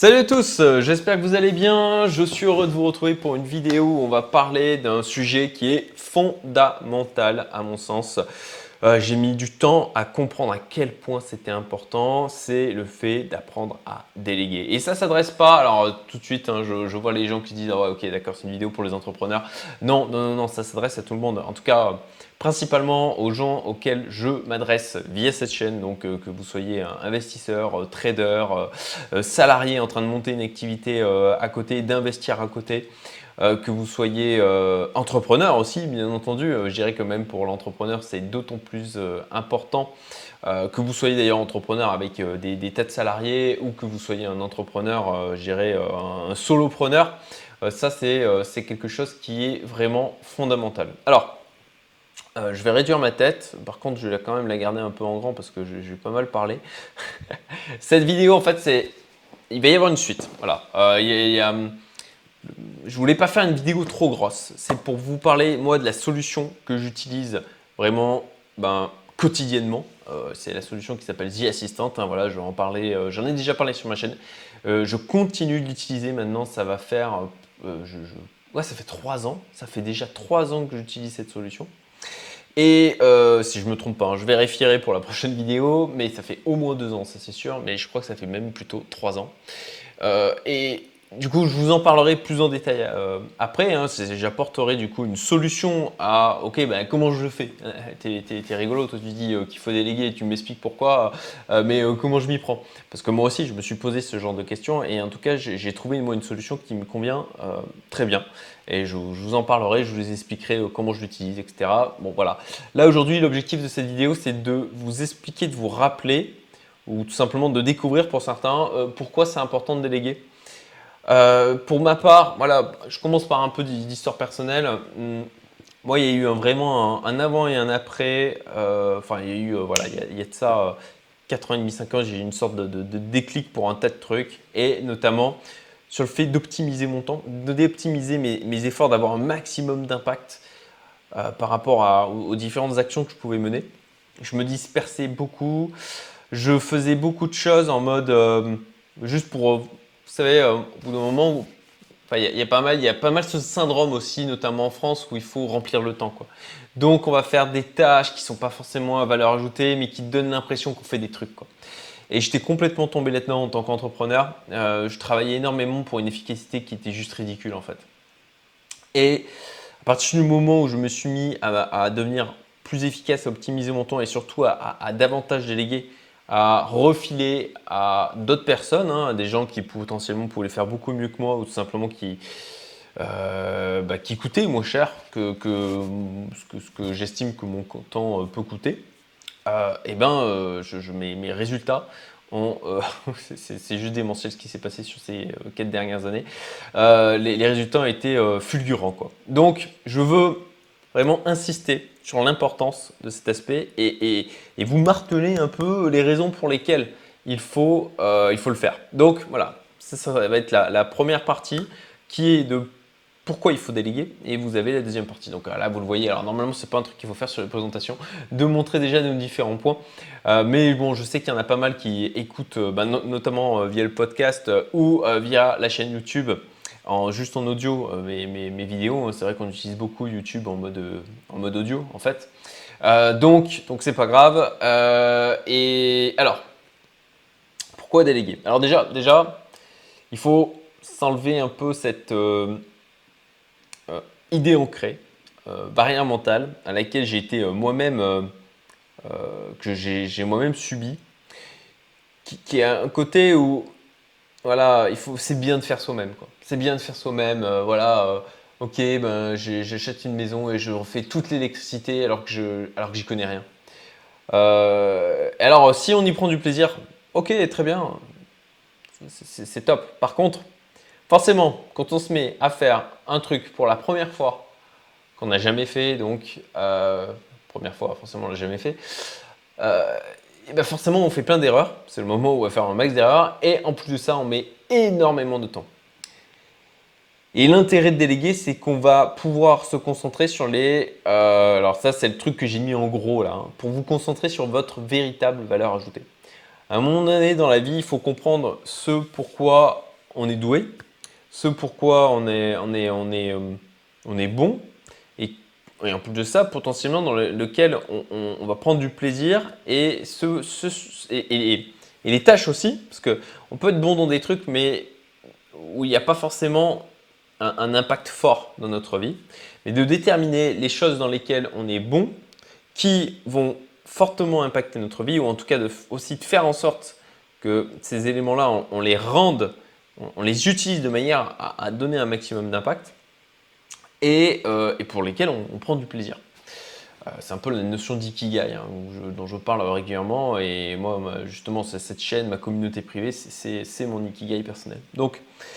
Salut à tous, j'espère que vous allez bien. Je suis heureux de vous retrouver pour une vidéo où on va parler d'un sujet qui est fondamental à mon sens. J'ai mis du temps à comprendre à quel point c'était important, c'est le fait d'apprendre à déléguer. Et ça ne s'adresse pas, alors tout de suite, hein, je vois les gens qui disent ah ouais, ok d'accord, c'est une vidéo pour les entrepreneurs. Non, non, non, non, ça s'adresse à tout le monde. En tout cas, principalement aux gens auxquels je m'adresse via cette chaîne, donc que vous soyez un investisseur, trader, salarié en train de monter une activité à côté, d'investir à côté. Que vous soyez entrepreneur aussi, bien entendu. Je dirais que même pour l'entrepreneur, c'est d'autant plus important. Que vous soyez d'ailleurs entrepreneur avec des tas de salariés ou que vous soyez un entrepreneur, je dirais un solopreneur, ça c'est quelque chose qui est vraiment fondamental. Alors, je vais réduire ma tête. Par contre, je vais quand même la garder un peu en grand parce que j'ai pas mal parlé. Cette vidéo, en fait, il va y avoir une suite. Voilà. Je voulais pas faire une vidéo trop grosse. C'est pour vous parler, moi, de la solution que j'utilise vraiment quotidiennement. C'est la solution qui s'appelle The Assistant. Hein, voilà, je vais en parler. J'en ai déjà parlé sur ma chaîne. Je continue de l'utiliser maintenant. Ça va faire. Ouais, ça fait 3 ans. Ça fait déjà 3 ans que j'utilise cette solution. Et si je ne me trompe pas, hein, je vérifierai pour la prochaine vidéo, mais ça fait au moins 2 ans, ça c'est sûr. Mais je crois que ça fait même plutôt 3 ans. Et du coup, je vous en parlerai plus en détail après. Hein, j'apporterai du coup une solution à ok, comment je le fais. T'es rigolo, toi tu dis qu'il faut déléguer et tu m'expliques pourquoi, mais comment je m'y prends. Parce que moi aussi, je me suis posé ce genre de questions et en tout cas, j'ai trouvé moi une solution qui me convient très bien. Et je vous en parlerai, je vous expliquerai comment je l'utilise, etc. Bon voilà. Là aujourd'hui, l'objectif de cette vidéo, c'est de vous expliquer, de vous rappeler ou tout simplement de découvrir pour certains pourquoi c'est important de déléguer. Pour ma part, voilà, je commence par un peu d'histoire personnelle. Moi, il y a eu vraiment un avant et un après. Enfin, il y a eu, voilà, il y a de ça 4 ans et demi, 5 ans, j'ai eu une sorte de déclic pour un tas de trucs et notamment sur le fait d'optimiser mon temps, d'optimiser mes efforts, d'avoir un maximum d'impact par rapport aux différentes actions que je pouvais mener. Je me dispersais beaucoup. Je faisais beaucoup de choses en mode juste pour, vous savez, au bout d'un moment, enfin, il y a pas mal ce syndrome aussi, notamment en France, où il faut remplir le temps, quoi. Donc, on va faire des tâches qui sont pas forcément à valeur ajoutée, mais qui donnent l'impression qu'on fait des trucs, quoi. Et j'étais complètement tombé là-dedans en tant qu'entrepreneur. Je travaillais énormément pour une efficacité qui était juste ridicule, en fait. Et à partir du moment où je me suis mis à devenir plus efficace, à optimiser mon temps et surtout à davantage déléguer, à refiler à d'autres personnes, hein, à des gens qui potentiellement pouvaient faire beaucoup mieux que moi ou tout simplement qui coûtaient moins cher que ce que j'estime que mon temps peut coûter, mes résultats ont, c'est juste démentiel ce qui s'est passé sur ces 4 dernières années. Les résultats ont été fulgurants, quoi. Donc, je veux vraiment insister sur l'importance de cet aspect et vous marteler un peu les raisons pour lesquelles il faut le faire. Donc, voilà, ça va être la première partie qui est de pourquoi il faut déléguer et vous avez la deuxième partie. Donc là, vous le voyez, alors normalement, ce n'est pas un truc qu'il faut faire sur les présentations, de montrer déjà nos différents points. Mais bon, je sais qu'il y en a pas mal qui écoutent, notamment via le podcast ou via la chaîne YouTube, juste en audio, mes vidéos. C'est vrai qu'on utilise beaucoup YouTube en mode audio, en fait. Donc c'est pas grave. Et alors, pourquoi déléguer? Alors déjà, il faut s'enlever un peu cette idée ancrée, barrière mentale à laquelle j'ai été moi-même, que j'ai moi-même subi, qui a un côté où voilà, c'est bien de faire soi-même, quoi. C'est bien de faire soi-même, voilà. Ok, j'achète une maison et je refais toute l'électricité alors que j'y connais rien. Alors, si on y prend du plaisir, ok, très bien, c'est top. Par contre, forcément, quand on se met à faire un truc pour la première fois qu'on n'a jamais fait, donc première fois, forcément, on l'a jamais fait. Et ben forcément, on fait plein d'erreurs. C'est le moment où on va faire un max d'erreurs. Et en plus de ça, on met énormément de temps. Et l'intérêt de déléguer, c'est qu'on va pouvoir se concentrer sur les… alors ça, c'est le truc que j'ai mis en gros là. Hein, pour vous concentrer sur votre véritable valeur ajoutée. À un moment donné dans la vie, il faut comprendre ce pourquoi on est doué, ce pourquoi on est bon, et en plus de ça, potentiellement dans lequel on va prendre du plaisir et les tâches aussi, parce qu'on peut être bon dans des trucs, mais où il n'y a pas forcément un impact fort dans notre vie, mais de déterminer les choses dans lesquelles on est bon, qui vont fortement impacter notre vie, ou en tout cas aussi de faire en sorte que ces éléments-là, on les rende, on les utilise de manière à donner un maximum d'impact, et pour lesquels on prend du plaisir. C'est un peu la notion d'ikigai dont je parle régulièrement, et moi justement cette chaîne, ma communauté privée, c'est mon ikigai personnel. Donc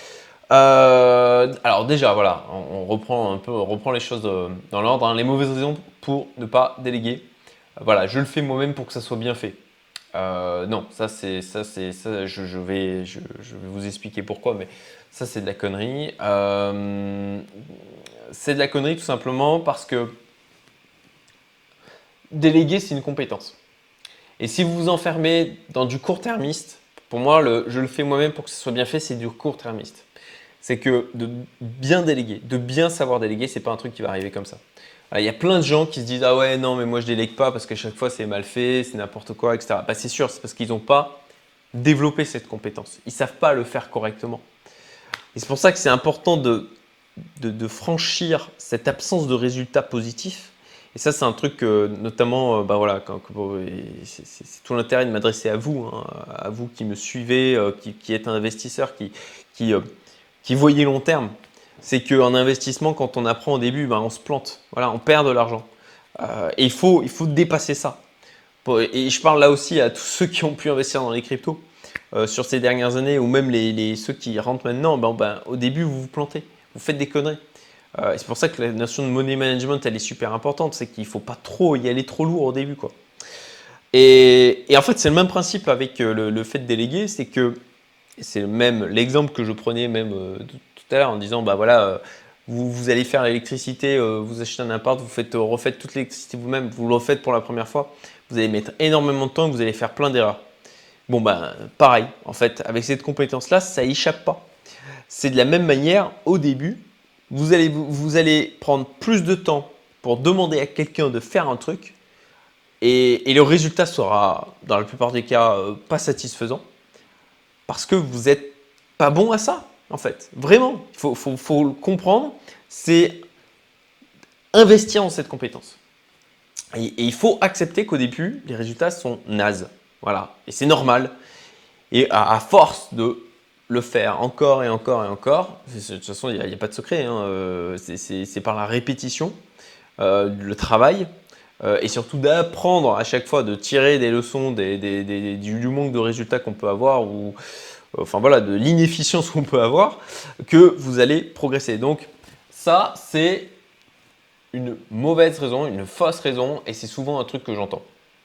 alors déjà voilà, on reprend les choses dans l'ordre, hein. Les mauvaises raisons pour ne pas déléguer. Voilà, je le fais moi-même pour que ça soit bien fait. Non, je vais vous expliquer pourquoi, mais ça c'est de la connerie. C'est de la connerie tout simplement parce que déléguer, c'est une compétence. Et si vous vous enfermez dans du court-termiste, pour moi, je le fais moi-même pour que ce soit bien fait, c'est du court-termiste. C'est que de bien déléguer, de bien savoir déléguer, c'est pas un truc qui va arriver comme ça. Il y a plein de gens qui se disent « Ah ouais, non, mais moi je délègue pas parce qu'à chaque fois c'est mal fait, c'est n'importe quoi, etc. » Bah, c'est sûr, c'est parce qu'ils n'ont pas développé cette compétence. Ils ne savent pas le faire correctement. Et c'est pour ça que c'est important de franchir cette absence de résultats positifs. Et ça, c'est un truc notamment, voilà, c'est tout l'intérêt de m'adresser à vous, hein, à vous qui me suivez, qui êtes un investisseur, qui voyez long terme. C'est qu'en investissement, quand on apprend au début, on se plante, voilà, on perd de l'argent. Et il faut dépasser ça. Et je parle là aussi à tous ceux qui ont pu investir dans les cryptos sur ces dernières années, ou même ceux qui rentrent maintenant. Au début, vous vous plantez, vous faites des conneries. Et c'est pour ça que la notion de money management, elle est super importante. C'est qu'il ne faut pas trop y aller trop lourd au début, quoi. Et en fait, c'est le même principe avec le fait de déléguer. C'est que c'est l'exemple que je prenais même tout à l'heure en disant, voilà, vous allez faire l'électricité, vous achetez un appart, vous refaites toute l'électricité vous-même, vous le refaites pour la première fois. Vous allez mettre énormément de temps et vous allez faire plein d'erreurs. Bon, pareil, en fait, avec cette compétence-là, ça échappe pas. C'est de la même manière, au début, vous allez prendre plus de temps pour demander à quelqu'un de faire un truc et le résultat sera, dans la plupart des cas, pas satisfaisant parce que vous n'êtes pas bon à ça, en fait. Vraiment, il faut le comprendre, c'est investir dans cette compétence. Et il faut accepter qu'au début, les résultats sont nazes. Voilà, et c'est normal. Et à force de le faire encore et encore et encore, de toute façon, il n'y a pas de secret, hein, c'est par la répétition, le travail, et surtout d'apprendre à chaque fois, de tirer des leçons du manque de résultats qu'on peut avoir, ou enfin voilà, de l'inefficience qu'on peut avoir, que vous allez progresser. Donc ça, c'est une mauvaise raison, une fausse raison, et c'est souvent un truc que j'entends.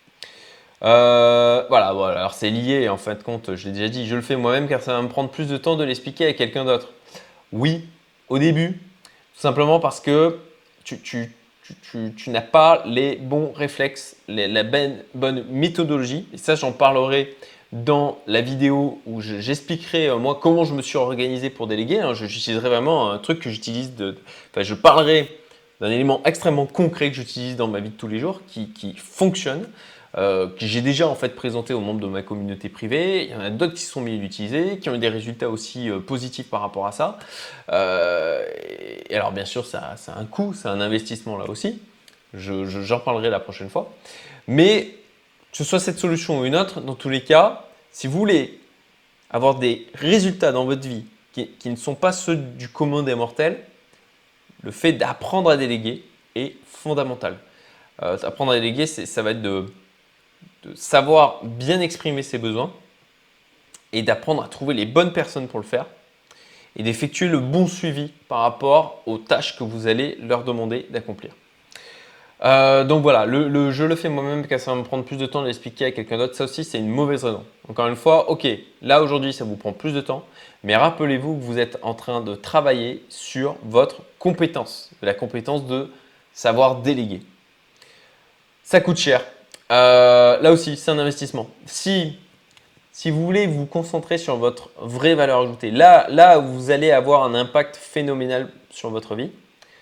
Voilà, alors c'est lié en fin de compte, je l'ai déjà dit, je le fais moi-même car ça va me prendre plus de temps de l'expliquer à quelqu'un d'autre. Oui, au début, tout simplement parce que tu n'as pas les bons réflexes, la bonne méthodologie, et ça j'en parlerai dans la vidéo où j'expliquerai moi comment je me suis organisé pour déléguer, hein. J'utiliserai vraiment un truc que j'utilise, je parlerai d'un élément extrêmement concret que j'utilise dans ma vie de tous les jours, qui fonctionne, que j'ai déjà en fait présenté aux membres de ma communauté privée. Il y en a d'autres qui se sont mis à l'utiliser, qui ont eu des résultats aussi positifs par rapport à ça. Et alors bien sûr, ça a un coût, c'est un investissement là aussi. J'en parlerai la prochaine fois. Mais que ce soit cette solution ou une autre, dans tous les cas, si vous voulez avoir des résultats dans votre vie qui ne sont pas ceux du commun des mortels, le fait d'apprendre à déléguer est fondamental. Apprendre à déléguer, ça va être de savoir bien exprimer ses besoins et d'apprendre à trouver les bonnes personnes pour le faire et d'effectuer le bon suivi par rapport aux tâches que vous allez leur demander d'accomplir. Donc voilà, je le fais moi-même car ça va me prendre plus de temps de l'expliquer à quelqu'un d'autre. Ça aussi, c'est une mauvaise raison. Encore une fois, ok, là aujourd'hui, ça vous prend plus de temps, mais rappelez-vous que vous êtes en train de travailler sur votre compétence, la compétence de savoir déléguer. Ça coûte cher. Là aussi, c'est un investissement. Si si vous voulez vous concentrer sur votre vraie valeur ajoutée, là où vous allez avoir un impact phénoménal sur votre vie,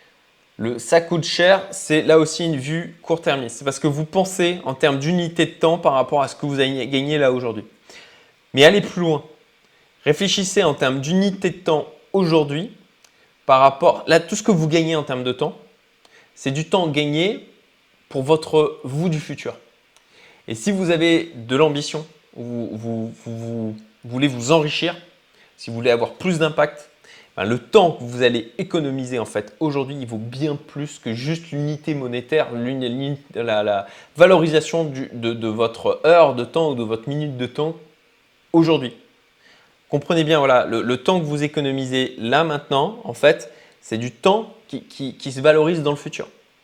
ça coûte cher, c'est là aussi une vue court-termiste. C'est parce que vous pensez en termes d'unité de temps par rapport à ce que vous avez gagné là aujourd'hui. Mais allez plus loin. Réfléchissez en termes d'unité de temps aujourd'hui par rapport… Là, tout ce que vous gagnez en termes de temps, c'est du temps gagné pour votre vous du futur. Et si vous avez de l'ambition, vous voulez vous enrichir, si vous voulez avoir plus d'impact, le temps que vous allez économiser en fait aujourd'hui, il vaut bien plus que juste l'unité monétaire, la valorisation de votre heure de temps ou de votre minute de temps aujourd'hui. Comprenez bien, voilà, le temps que vous économisez là maintenant, en fait, c'est du temps qui se valorise dans le futur.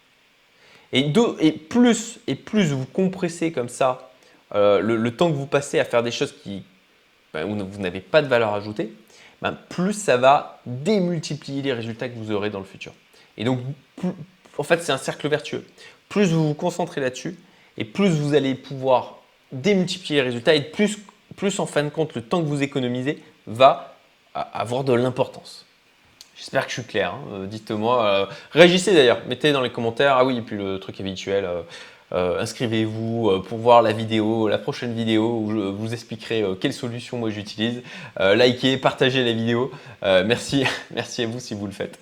Et plus vous compressez comme ça le temps que vous passez à faire des choses où vous n'avez pas de valeur ajoutée, plus ça va démultiplier les résultats que vous aurez dans le futur. Et donc, en fait, c'est un cercle vertueux. Plus vous vous concentrez là-dessus et plus vous allez pouvoir démultiplier les résultats et plus en fin de compte, le temps que vous économisez va avoir de l'importance. J'espère que je suis clair. Dites-moi, réagissez d'ailleurs, mettez dans les commentaires. Ah oui, et puis le truc habituel, inscrivez-vous pour voir la prochaine vidéo où je vous expliquerai quelle solution moi j'utilise. Likez, partagez la vidéo. Merci à vous si vous le faites.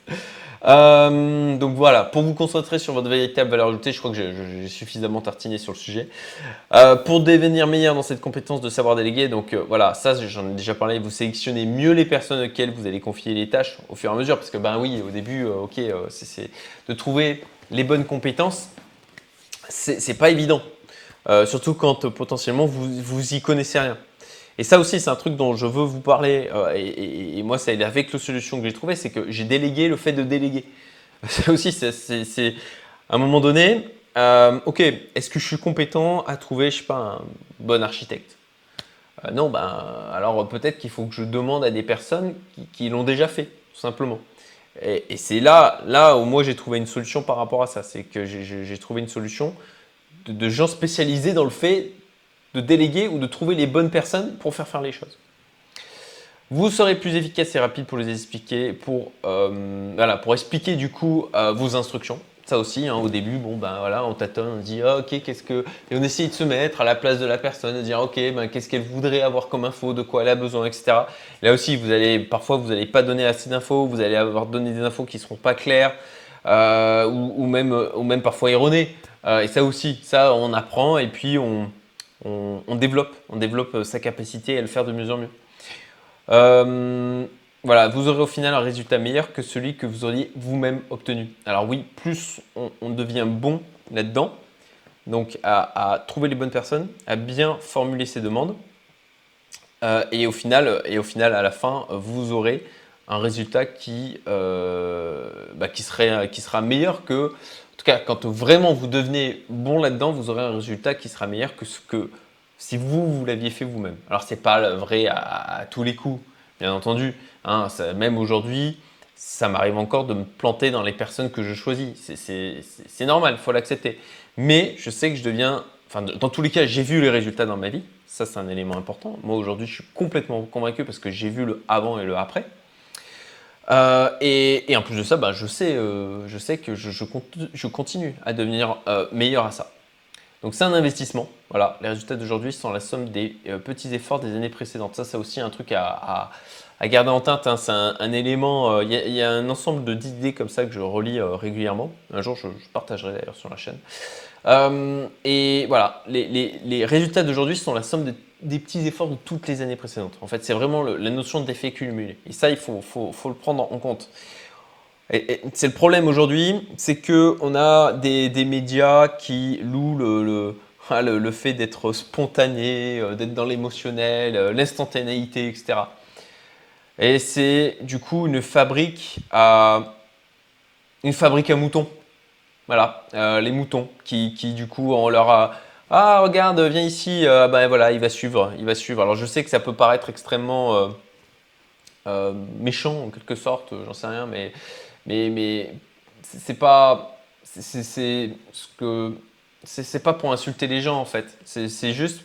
Donc voilà, pour vous concentrer sur votre véritable valeur ajoutée, je crois que j'ai suffisamment tartiné sur le sujet. Pour devenir meilleur dans cette compétence de savoir déléguer, donc voilà, ça j'en ai déjà parlé, vous sélectionnez mieux les personnes auxquelles vous allez confier les tâches au fur et à mesure, parce que oui, au début, c'est de trouver les bonnes compétences, c'est pas évident, surtout quand potentiellement vous y connaissez rien. Et ça aussi, c'est un truc dont je veux vous parler, et moi, c'est avec la solution que j'ai trouvée, c'est que j'ai délégué le fait de déléguer. Ça aussi, c'est à un moment donné, ok, est-ce que je suis compétent à trouver, je sais pas, un bon architecte? Non, alors peut-être qu'il faut que je demande à des personnes qui l'ont déjà fait, tout simplement. Et c'est là où moi j'ai trouvé une solution par rapport à ça, c'est que j'ai trouvé une solution de gens spécialisés dans le fait de déléguer ou de trouver les bonnes personnes pour faire les choses. Vous serez plus efficace et rapide pour les expliquer, pour expliquer du coup vos instructions. Ça aussi, au début, on tâtonne, on dit ok, et on essaye de se mettre à la place de la personne, de dire ok, qu'est-ce qu'elle voudrait avoir comme info, de quoi elle a besoin, etc. Là aussi, parfois vous n'allez pas donner assez d'infos, vous allez avoir donné des infos qui ne seront pas claires ou même parfois erronées. Et ça aussi, on apprend et puis on développe sa capacité à le faire de mieux en mieux. Voilà, vous aurez au final un résultat meilleur que celui que vous auriez vous-même obtenu. Alors oui, plus on devient bon là-dedans, donc à trouver les bonnes personnes, à bien formuler ses demandes, et au final, à la fin, vous aurez un résultat qui sera meilleur que… En tout cas, quand vraiment vous devenez bon là-dedans, vous aurez un résultat qui sera meilleur que ce que si vous l'aviez fait vous-même. Alors, ce n'est pas vrai à tous les coups, bien entendu. Même aujourd'hui, ça m'arrive encore de me planter dans les personnes que je choisis. C'est normal, il faut l'accepter. Mais je sais que je deviens… dans tous les cas, j'ai vu les résultats dans ma vie. Ça, c'est un élément important. Moi, aujourd'hui, je suis complètement convaincu parce que j'ai vu le avant et le après. Et en plus de ça, je sais que je continue à devenir meilleur à ça. Donc c'est un investissement. Voilà, les résultats d'aujourd'hui sont la somme des petits efforts des années précédentes. Ça, c'est aussi un truc à garder en tête. C'est un élément. Il y a un ensemble d'idées comme ça que je relis régulièrement. Un jour, je partagerai d'ailleurs sur la chaîne. Et voilà, les résultats d'aujourd'hui sont la somme des petits efforts de toutes les années précédentes. En fait, c'est vraiment la notion d'effet cumulé. Et ça, il faut le prendre en compte. Et c'est le problème aujourd'hui, c'est qu'on a des médias qui louent le fait d'être spontané, d'être dans l'émotionnel, l'instantanéité, etc. Et c'est du coup une fabrique à moutons. Voilà, les moutons qui du coup on leur a… Ah regarde, viens ici, voilà, il va suivre. Alors je sais que ça peut paraître extrêmement méchant en quelque sorte, j'en sais rien, mais c'est pas c'est pas pour insulter les gens en fait. C'est juste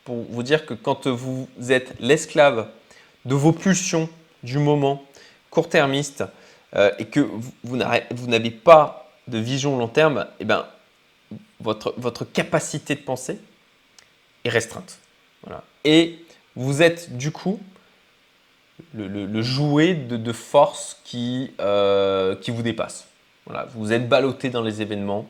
pour vous dire que quand vous êtes l'esclave de vos pulsions du moment, court-termiste, et que vous n'avez pas de vision long terme, eh ben, votre capacité de penser est restreinte. Voilà. Et vous êtes du coup le jouet de force qui vous dépasse. Voilà. Vous êtes ballotté dans les événements,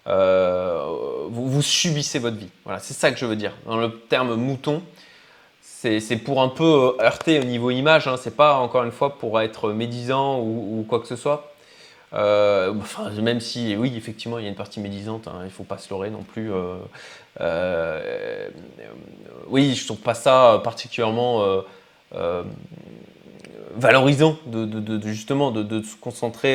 vous subissez votre vie. Voilà, c'est ça que je veux dire. Dans le terme mouton, c'est pour un peu heurter au niveau image, hein. C'est pas encore une fois pour être médisant ou quoi que ce soit. Enfin, même si, oui, effectivement, il y a une partie médisante, hein, il ne faut pas se leurrer non plus. Oui, je ne trouve pas ça particulièrement valorisant justement de se concentrer,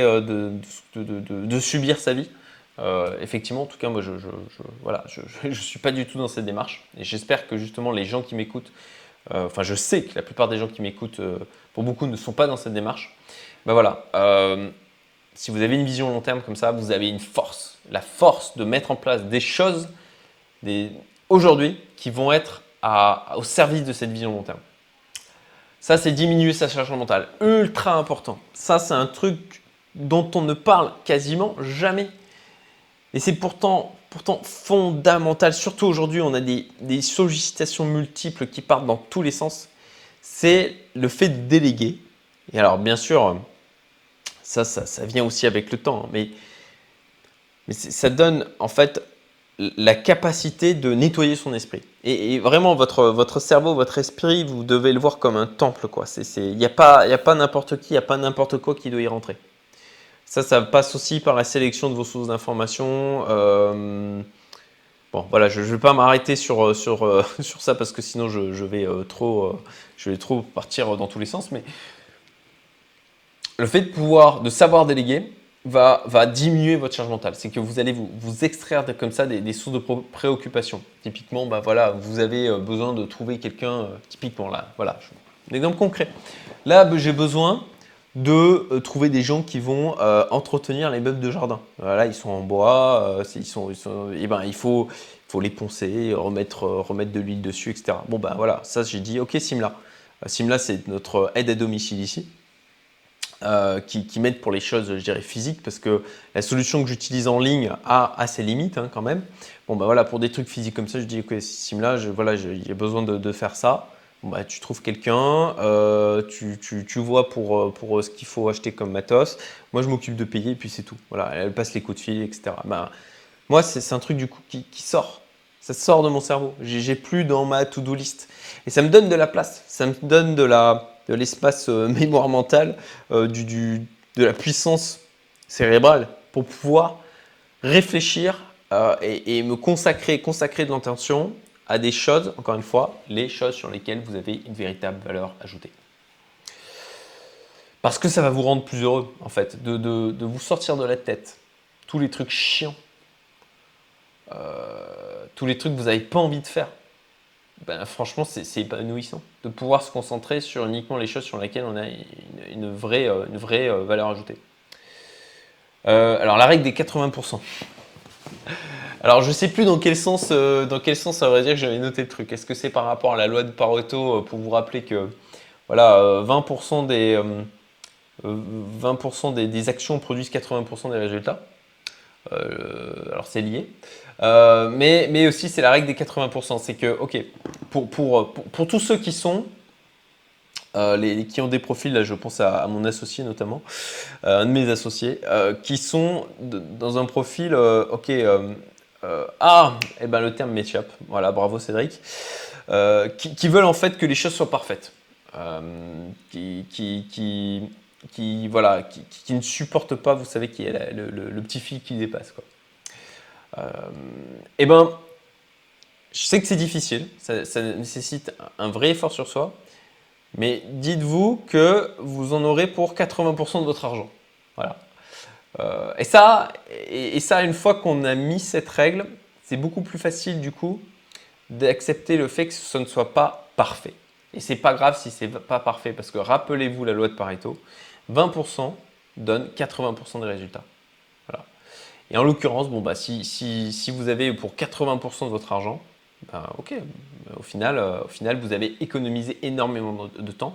de subir sa vie. Effectivement, en tout cas, moi, voilà, je suis pas du tout dans cette démarche. Et j'espère que justement les gens qui m'écoutent, enfin, je sais que la plupart des gens qui m'écoutent, pour beaucoup, ne sont pas dans cette démarche. Ben voilà. Si vous avez une vision long terme comme ça, vous avez une force, la force de mettre en place des choses aujourd'hui qui vont être au service de cette vision long terme. Ça, c'est diminuer sa charge mentale. Ultra important. Ça, c'est un truc dont on ne parle quasiment jamais. Et c'est pourtant fondamental. Surtout aujourd'hui, on a des sollicitations multiples qui partent dans tous les sens. C'est le fait de déléguer. Et alors, bien sûr, ça vient aussi avec le temps. Mais ça donne en fait la capacité de nettoyer son esprit. Et vraiment, votre cerveau, votre esprit, vous devez le voir comme un temple, quoi. Il n'y a pas n'importe qui, il n'y a pas n'importe quoi qui doit y rentrer. Ça passe aussi par la sélection de vos sources d'informations. Bon, voilà, je ne vais pas m'arrêter sur ça parce que sinon je vais trop partir dans tous les sens. Mais le fait de savoir déléguer va diminuer votre charge mentale. C'est que vous allez vous extraire comme ça des sources de préoccupation. Typiquement, bah voilà, vous avez besoin de trouver quelqu'un, typiquement là, voilà, un exemple concret. Là, j'ai besoin de trouver des gens qui vont entretenir les meubles de jardin. Voilà, ils sont en bois, il faut les poncer, remettre de l'huile dessus, etc. Bon, bah voilà, ça j'ai dit, ok, Simla. Simla, c'est notre aide à domicile ici. Qui m'aide pour les choses, je dirais, physiques, parce que la solution que j'utilise en ligne a ses limites, hein, quand même. Bon, bah voilà, pour des trucs physiques comme ça, je dis, ok, Simla, j'ai besoin de faire ça. Bon, bah, tu trouves quelqu'un, tu vois pour ce qu'il faut acheter comme matos. Moi, je m'occupe de payer, et puis c'est tout. Voilà, elle passe les coups de fil, etc. Bah, moi, c'est un truc du coup qui sort. Ça sort de mon cerveau. J'ai plus dans ma to-do list. Et ça me donne de la place. Ça me donne de l'espace mémoire mentale, de la puissance cérébrale pour pouvoir réfléchir et me consacrer de l'intention à des choses, encore une fois, les choses sur lesquelles vous avez une véritable valeur ajoutée. Parce que ça va vous rendre plus heureux, en fait, de vous sortir de la tête tous les trucs chiants, tous les trucs que vous n'avez pas envie de faire. Ben, franchement, c'est épanouissant de pouvoir se concentrer sur uniquement les choses sur lesquelles on a une vraie valeur ajoutée. Alors, la règle des 80%. Alors, je ne sais plus dans quel sens, ça veut dire que j'avais noté le truc. Est-ce que c'est par rapport à la loi de Pareto pour vous rappeler que voilà, 20% des actions produisent 80% des résultats. Alors c'est lié, mais aussi c'est la règle des 80%. C'est que, ok, pour tous ceux qui sont qui ont des profils, là je pense à mon associé notamment, un de mes associés, qui sont dans un profil, le terme m'échappe, voilà, bravo Cédric, qui veulent en fait que les choses soient parfaites, qui ne supportent pas, vous savez, qu'il y a le petit fil qui dépasse, quoi. Je sais que c'est difficile, ça nécessite un vrai effort sur soi, mais dites-vous que vous en aurez pour 80% de votre argent. Voilà. Et ça, une fois qu'on a mis cette règle, c'est beaucoup plus facile du coup d'accepter le fait que ce ne soit pas parfait. Et c'est pas grave si c'est pas parfait, parce que rappelez-vous la loi de Pareto, 20% donne 80% des résultats. Voilà. Et en l'occurrence, bon, bah, si vous avez pour 80% de votre argent, Ok, au final, vous avez économisé énormément de temps.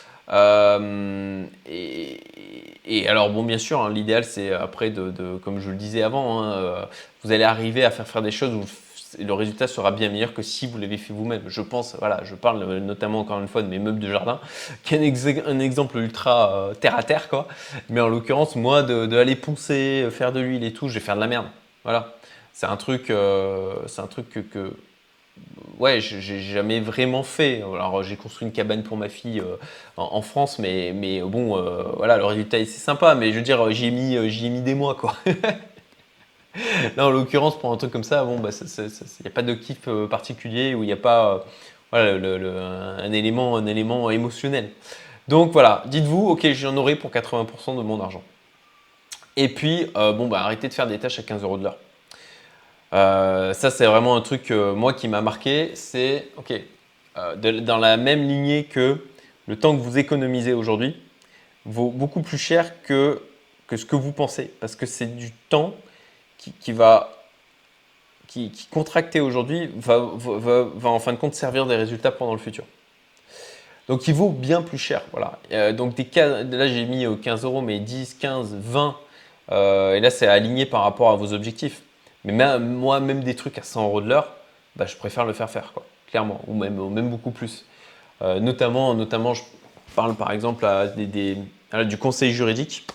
Et alors, bon, bien sûr, hein, l'idéal, c'est après, comme je le disais avant, hein, vous allez arriver à faire des choses où le résultat sera bien meilleur que si vous l'avez fait vous-même. Je pense, voilà, je parle notamment encore une fois de mes meubles de jardin, qui est un exemple ultra terre à terre, quoi. Mais en l'occurrence, moi, aller poncer, faire de l'huile et tout, je vais faire de la merde. Voilà. C'est un truc que ouais, j'ai jamais vraiment fait. Alors, j'ai construit une cabane pour ma fille en France, mais bon, voilà, le résultat c'est sympa, mais je veux dire, j'y ai mis des mois, quoi. Là, en l'occurrence, pour un truc comme ça, bon, bah, il n'y a pas de kiff particulier où il n'y a pas voilà, un élément émotionnel. Donc voilà, dites-vous, ok, j'en aurai pour 80% de mon argent. Et puis, bon, bah, arrêtez de faire des tâches à 15 euros de l'heure. Ça, c'est vraiment un truc, moi, qui m'a marqué. C'est, ok, dans la même lignée que le temps que vous économisez aujourd'hui vaut beaucoup plus cher que ce que vous pensez. Parce que c'est du temps qui contracté aujourd'hui, va en fin de compte servir des résultats pendant le futur. Donc, il vaut bien plus cher. Voilà. Donc, là, j'ai mis 15 euros, mais 10, 15, 20. Et là, c'est aligné par rapport à vos objectifs. Mais moi, même des trucs à 100 euros de l'heure, bah, je préfère le faire, quoi, clairement, ou même beaucoup plus. Notamment, je parle par exemple du conseil juridique,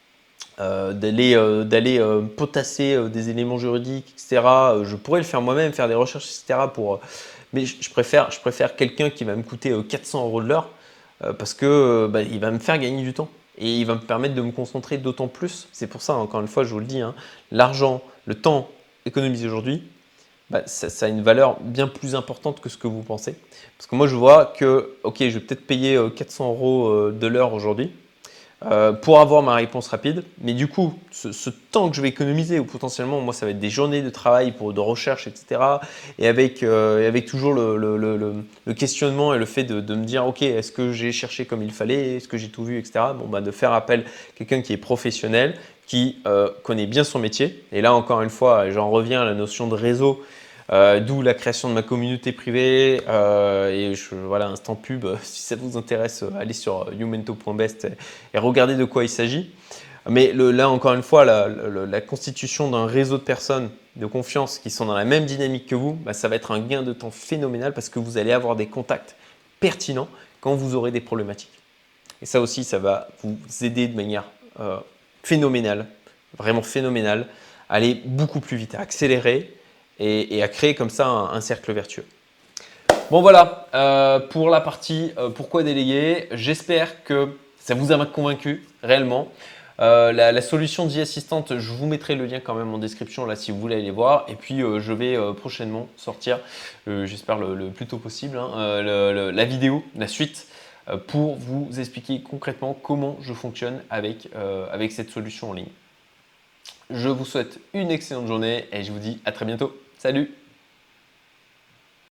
d'aller potasser des éléments juridiques, etc. Je pourrais le faire moi-même, faire des recherches, etc. Mais je préfère quelqu'un qui va me coûter 400 euros de l'heure parce que bah, il va me faire gagner du temps. Et il va me permettre de me concentrer d'autant plus. C'est pour ça, encore une fois, je vous le dis, hein, l'argent, le temps économisé aujourd'hui, bah, ça a une valeur bien plus importante que ce que vous pensez. Parce que moi, je vois que, ok, je vais peut-être payer 400 euros de l'heure aujourd'hui pour avoir ma réponse rapide. Mais du coup, ce temps que je vais économiser, ou potentiellement, moi, ça va être des journées de travail de recherche, etc. Et avec toujours le questionnement et le fait de me dire, ok, est-ce que j'ai cherché comme il fallait, est-ce que j'ai tout vu, etc. Bon, bah, de faire appel à quelqu'un qui est professionnel, qui connaît bien son métier. Et là, encore une fois, j'en reviens à la notion de réseau. D'où la création de ma communauté privée voilà, instant pub, si ça vous intéresse, allez sur youmento.best et regardez de quoi il s'agit. Mais là, encore une fois, la constitution d'un réseau de personnes de confiance qui sont dans la même dynamique que vous, bah, ça va être un gain de temps phénoménal parce que vous allez avoir des contacts pertinents quand vous aurez des problématiques. Et ça aussi, ça va vous aider de manière phénoménale, vraiment phénoménale, à aller beaucoup plus vite, à accélérer et à créer comme ça un cercle vertueux. Bon voilà, pour la partie pourquoi déléguer, j'espère que ça vous a convaincu réellement. La solution d'e-assistant, je vous mettrai le lien quand même en description là si vous voulez aller voir. Et puis je vais prochainement sortir, j'espère le plus tôt possible, hein, la vidéo, la suite, pour vous expliquer concrètement comment je fonctionne avec cette solution en ligne. Je vous souhaite une excellente journée et je vous dis à très bientôt. Salut!